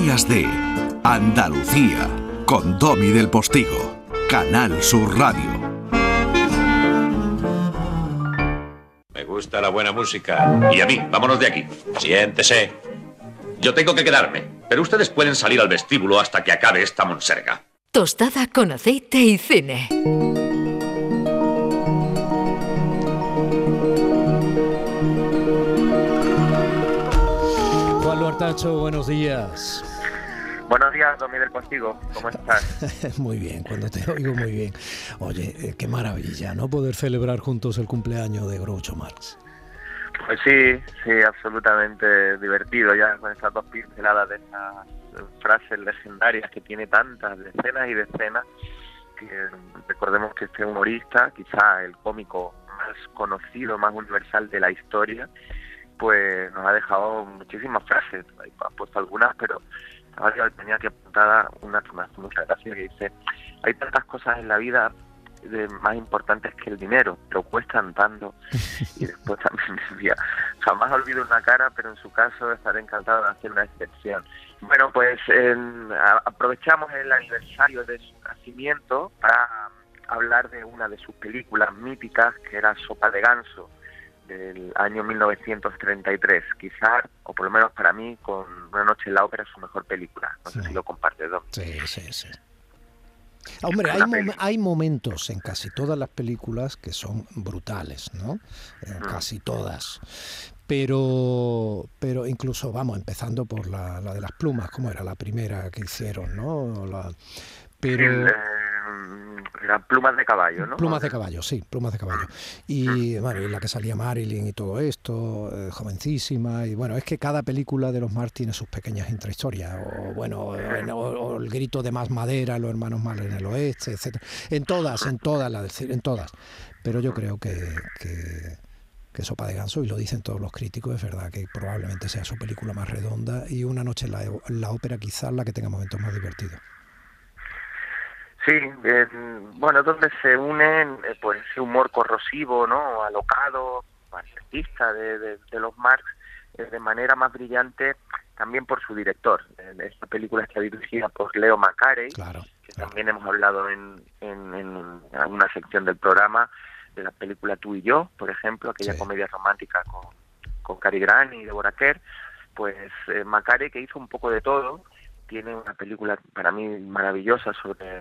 días de Andalucía con Domi del Postigo, Canal Sur Radio. Me gusta la buena música. Y a mí, vámonos de aquí. Siéntese. Yo tengo que quedarme, pero ustedes pueden salir al vestíbulo hasta que acabe esta monserga. Tostada con aceite y cine. Juan Luartacho, buenos días. Buenos días, Domi del Postigo. ¿Cómo estás? Muy bien, cuando te oigo muy bien. Oye, qué maravilla, ¿no? Poder celebrar juntos el cumpleaños de Groucho Marx. Pues sí, absolutamente divertido ya con estas dos pinceladas de esas frases legendarias que tiene tantas decenas y decenas, que recordemos que este humorista, quizá el cómico más conocido, más universal de la historia, pues nos ha dejado muchísimas frases. Ha puesto algunas, pero tenía que apuntar una que me hace mucha gracia, que dice: hay tantas cosas en la vida más importantes que el dinero, pero cuestan tanto. Y después también decía: jamás olvido una cara, pero en su caso estaré encantado de hacer una excepción. Bueno, pues aprovechamos el aniversario de su nacimiento para hablar de una de sus películas míticas, que era Sopa de Ganso, del año 1933, quizás, o por lo menos para mí, con Una noche en la ópera, es su mejor película. No sé si lo compartes, Dom. Sí. Hombre, hay momentos en casi todas las películas que son brutales, ¿no? Casi todas. Pero incluso, vamos, empezando por la de las plumas, ¿cómo era la primera que hicieron, no? Eran Plumas de caballo, ¿no? Plumas de caballo, sí, Plumas de caballo. Y bueno, en la que salía Marilyn y todo esto, jovencísima. Y bueno, es que cada película de los Marx tiene sus pequeñas intrahistorias. O el grito de Más Madera, los hermanos Marx en el oeste, etcétera. En todas. Pero yo creo que Sopa de Ganso, y lo dicen todos los críticos, es verdad que probablemente sea su película más redonda, y Una noche en la ópera quizás la que tenga momentos más divertidos. Sí, bueno, donde se unen pues ese humor corrosivo, ¿no?, alocado, marxista de los Marx, de manera más brillante también por su director. Esta película está dirigida por Leo Macarey, que también hemos hablado en una sección del programa, de la película Tú y yo, por ejemplo, aquella comedia romántica con Cary Grant y Deborah Kerr. Pues Macarey, que hizo un poco de todo, tiene una película para mí maravillosa sobre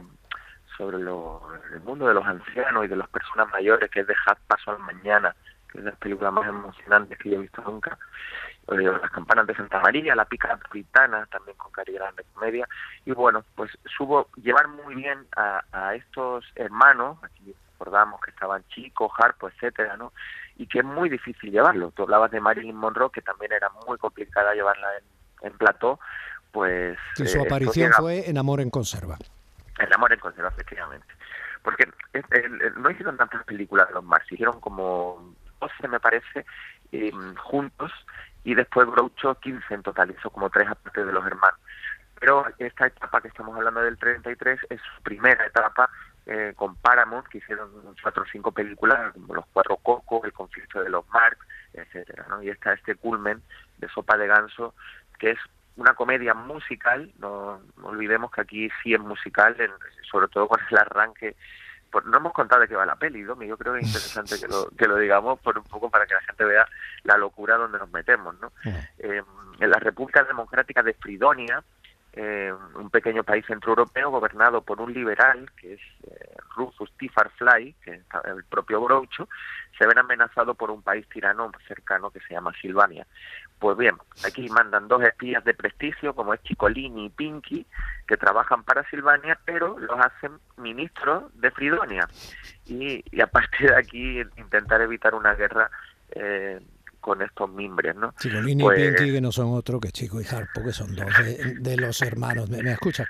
el mundo de los ancianos y de las personas mayores, que es Dejad paso al mañana, que es de las películas más emocionantes que yo he visto nunca. Las campanas de Santa María, La pica gitana, también con Cary Grant de comedia. Y bueno, pues supo llevar muy bien a estos hermanos. Aquí recordamos que estaban Chico, Harpo, etcétera, ¿no? Y que es muy difícil llevarlo. Tú hablabas de Marilyn Monroe, que también era muy complicada llevarla en plató. Pues su aparición fue en Amor en Conserva. El amor en conserva, efectivamente. Porque no hicieron tantas películas de los Marx, hicieron como 12, me parece, juntos, y después Groucho 15 en total, hizo como 3 aparte de los hermanos. Pero esta etapa que estamos hablando del 33 es su primera etapa con Paramount, que hicieron 4 o 5 películas, como Los Cuatro Cocos, El conflicto de los Marx, etcétera, ¿no? Y está este culmen de Sopa de Ganso, que es una comedia musical. No olvidemos que aquí sí es musical, sobre todo con el arranque. No hemos contado de qué va la peli, Domi. Yo creo que es interesante que lo digamos por un poco, para que la gente vea la locura donde nos metemos, ¿no? En la República Democrática de Fridonia, un pequeño país centroeuropeo gobernado por un liberal, que es Rufus T. Farfly, que es el propio Groucho, se ven amenazados por un país tirano cercano que se llama Silvania. Pues bien, aquí mandan 2 espías de prestigio, como es Chicolini y Pinky, que trabajan para Silvania, pero los hacen ministros de Fridonia. Y a partir de aquí intentar evitar una guerra con estos mimbres, ¿no? Chicolini y Pinky, que no son otro que Chico y Harpo, que son 2 de los hermanos. Me escucha.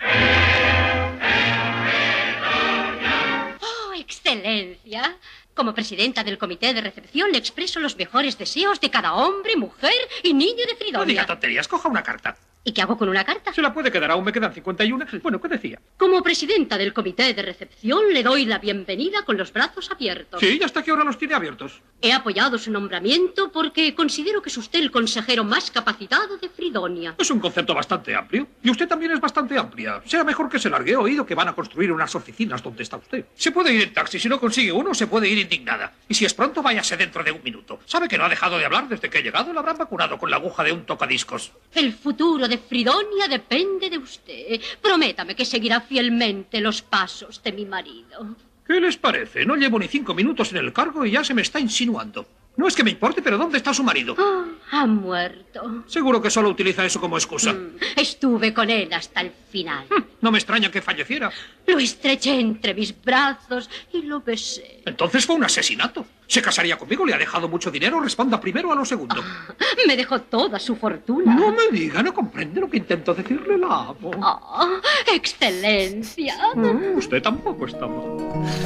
¡Oh, excelencia! Como presidenta del comité de recepción le expreso los mejores deseos de cada hombre, mujer y niño de Fridonia. No diga tonterías, coja una carta. ¿Y qué hago con una carta? Se la puede quedar, aún me quedan 51. Bueno, ¿qué decía? Como presidenta del comité de recepción, le doy la bienvenida con los brazos abiertos. Sí, ¿y hasta qué hora los tiene abiertos? He apoyado su nombramiento porque considero que es usted el consejero más capacitado de Fridonia. Es un concepto bastante amplio. Y usted también es bastante amplia. Será mejor que se largue. He oído que van a construir unas oficinas donde está usted. Se puede ir en taxi. Si no consigue uno, se puede ir indignada. Y si es pronto, váyase dentro de un minuto. ¿Sabe que no ha dejado de hablar desde que ha llegado? La habrán vacunado con la aguja de un tocadiscos. El futuro de Fridonia depende de usted. Prométame que seguirá fielmente los pasos de mi marido. ¿Qué les parece? No llevo ni 5 minutos en el cargo y ya se me está insinuando. No es que me importe, pero ¿dónde está su marido? Oh, ha muerto. Seguro que solo utiliza eso como excusa. Estuve con él hasta el final. No me extraña que falleciera. Lo estreché entre mis brazos y lo besé. Entonces fue un asesinato. ¿Se casaría conmigo? ¿Le ha dejado mucho dinero? Responda primero a lo segundo. Me dejó toda su fortuna. No me diga, no comprende lo que intento decirle, la amo. Oh, excelencia. Usted tampoco está mal.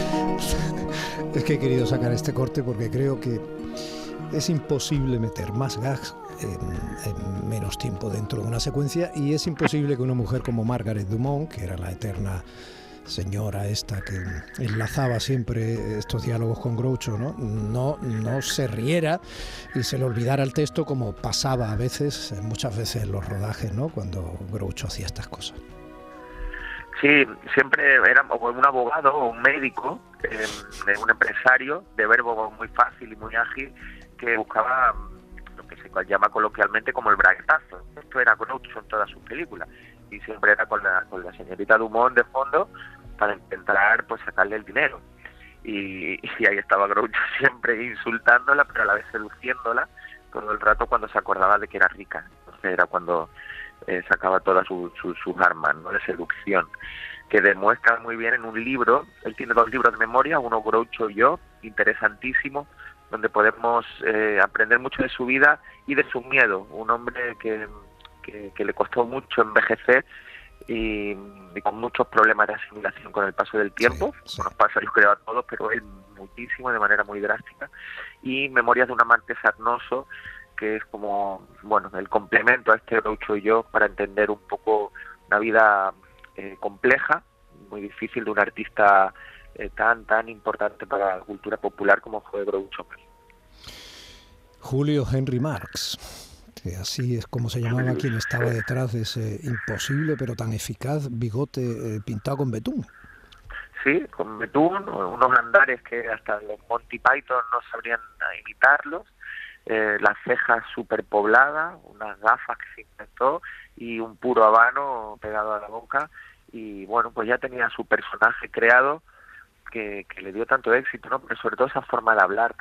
Es que he querido sacar este corte porque creo que es imposible meter más gags en menos tiempo dentro de una secuencia, y es imposible que una mujer como Margaret Dumont, que era la eterna señora esta que enlazaba siempre estos diálogos con Groucho, no se riera y se le olvidara el texto, como pasaba a veces, muchas veces en los rodajes, ¿no?, cuando Groucho hacía estas cosas. Sí, siempre era un abogado o un médico, un empresario de verbo muy fácil y muy ágil, que buscaba lo que se llama coloquialmente como el braguetazo. Esto era Groucho en todas sus películas, y siempre era con la señorita Dumont de fondo para intentar pues sacarle el dinero. Y ahí estaba Groucho siempre insultándola, pero a la vez seduciéndola todo el rato cuando se acordaba de que era rica. Entonces era cuando sacaba todas sus armas, ¿no?, de seducción, que demuestra muy bien en un libro. Él tiene 2 libros de memoria, uno Groucho y yo, interesantísimo, donde podemos aprender mucho de su vida y de su miedo. Un hombre que le costó mucho envejecer y con muchos problemas de asimilación con el paso del tiempo. Sí. Nos pasa, yo creo, a todos, pero él muchísimo, de manera muy drástica. Y Memorias de un amante sarnoso, que es como, bueno, el complemento a este Groucho y yo para entender un poco una vida compleja, muy difícil, de un artista tan importante para la cultura popular como fue Groucho. Julio Henry Marx, que así es como se llamaba quien estaba detrás de ese imposible pero tan eficaz bigote pintado con betún. Sí, con betún, unos andares que hasta los Monty Python no sabrían imitarlos. Las cejas súper pobladas, unas gafas que se inventó y un puro habano pegado a la boca, y bueno, pues ya tenía su personaje creado que le dio tanto éxito, ¿no? Pero sobre todo esa forma de hablar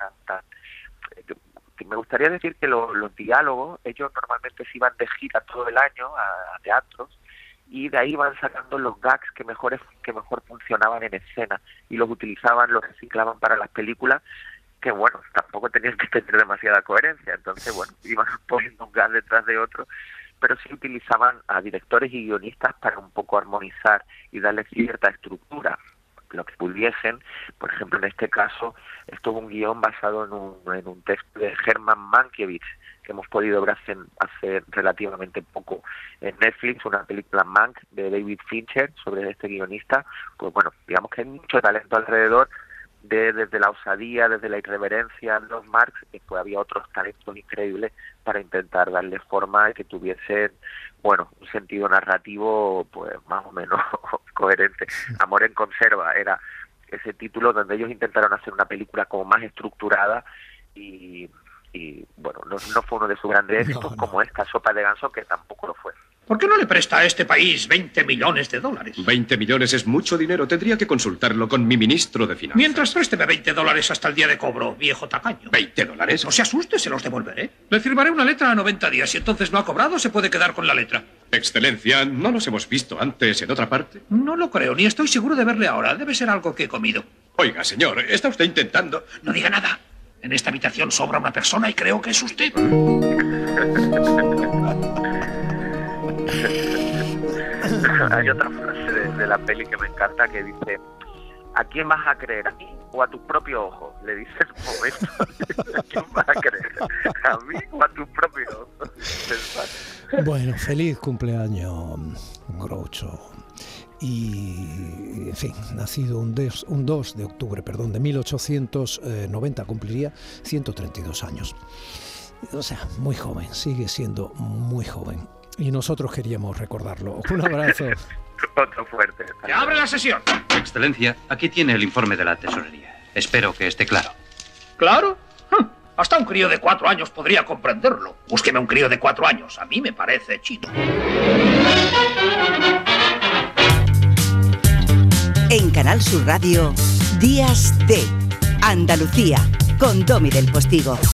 que me gustaría decir que los diálogos, ellos normalmente se iban de gira todo el año a teatros, y de ahí van sacando los gags que mejor funcionaban en escena, y los utilizaban, los reciclaban para las películas, que bueno, tampoco tenían que tener demasiada coherencia. Entonces bueno, iban poniendo un gag detrás de otro, pero sí utilizaban a directores y guionistas para un poco armonizar y darle cierta estructura, lo que pudiesen. Por ejemplo, en este caso, esto es un guión basado en un texto de Herman Mankiewicz, que hemos podido ver hace relativamente poco en Netflix, una película Mank de David Fincher sobre este guionista. Pues bueno, digamos que hay mucho talento alrededor, desde la osadía, desde la irreverencia en los Marx, pues había otros talentos increíbles para intentar darle forma y que tuviesen, bueno, un sentido narrativo pues más o menos coherente. Amor en conserva era ese título donde ellos intentaron hacer una película como más estructurada y bueno, no fue uno de sus grandes éxitos, como esta Sopa de ganso, que tampoco lo fue. ¿Por qué no le presta a este país 20 millones de dólares? 20 millones es mucho dinero. Tendría que consultarlo con mi ministro de Finanzas. Mientras, présteme 20 dólares hasta el día de cobro, viejo tacaño. ¿20 dólares? No se asuste, se los devolveré. Le firmaré una letra a 90 días. Si entonces no ha cobrado, se puede quedar con la letra. Excelencia, ¿no nos hemos visto antes en otra parte? No lo creo, ni estoy seguro de verle ahora. Debe ser algo que he comido. Oiga, señor, ¿está usted intentando...? No diga nada. En esta habitación sobra una persona y creo que es usted. Hay otra frase de la peli que me encanta que dice: ¿a quién vas a creer? ¿A mí o a tus propios ojos? Le dice en un momento. ¿A quién vas a creer? ¿A mí o a tus propios ojos? Bueno, feliz cumpleaños, Groucho. Y, en fin, nacido un 2 de octubre, de 1890, cumpliría 132 años. O sea, muy joven, sigue siendo muy joven. Y nosotros queríamos recordarlo. Un abrazo. Otro fuerte. ¡Que abre la sesión! Excelencia, aquí tiene el informe de la tesorería. Espero que esté claro. ¿Claro? Hasta un crío de 4 años podría comprenderlo. Búsqueme un crío de 4 años. A mí me parece chino. En Canal Sur Radio, Días de Andalucía, con Domi del Postigo.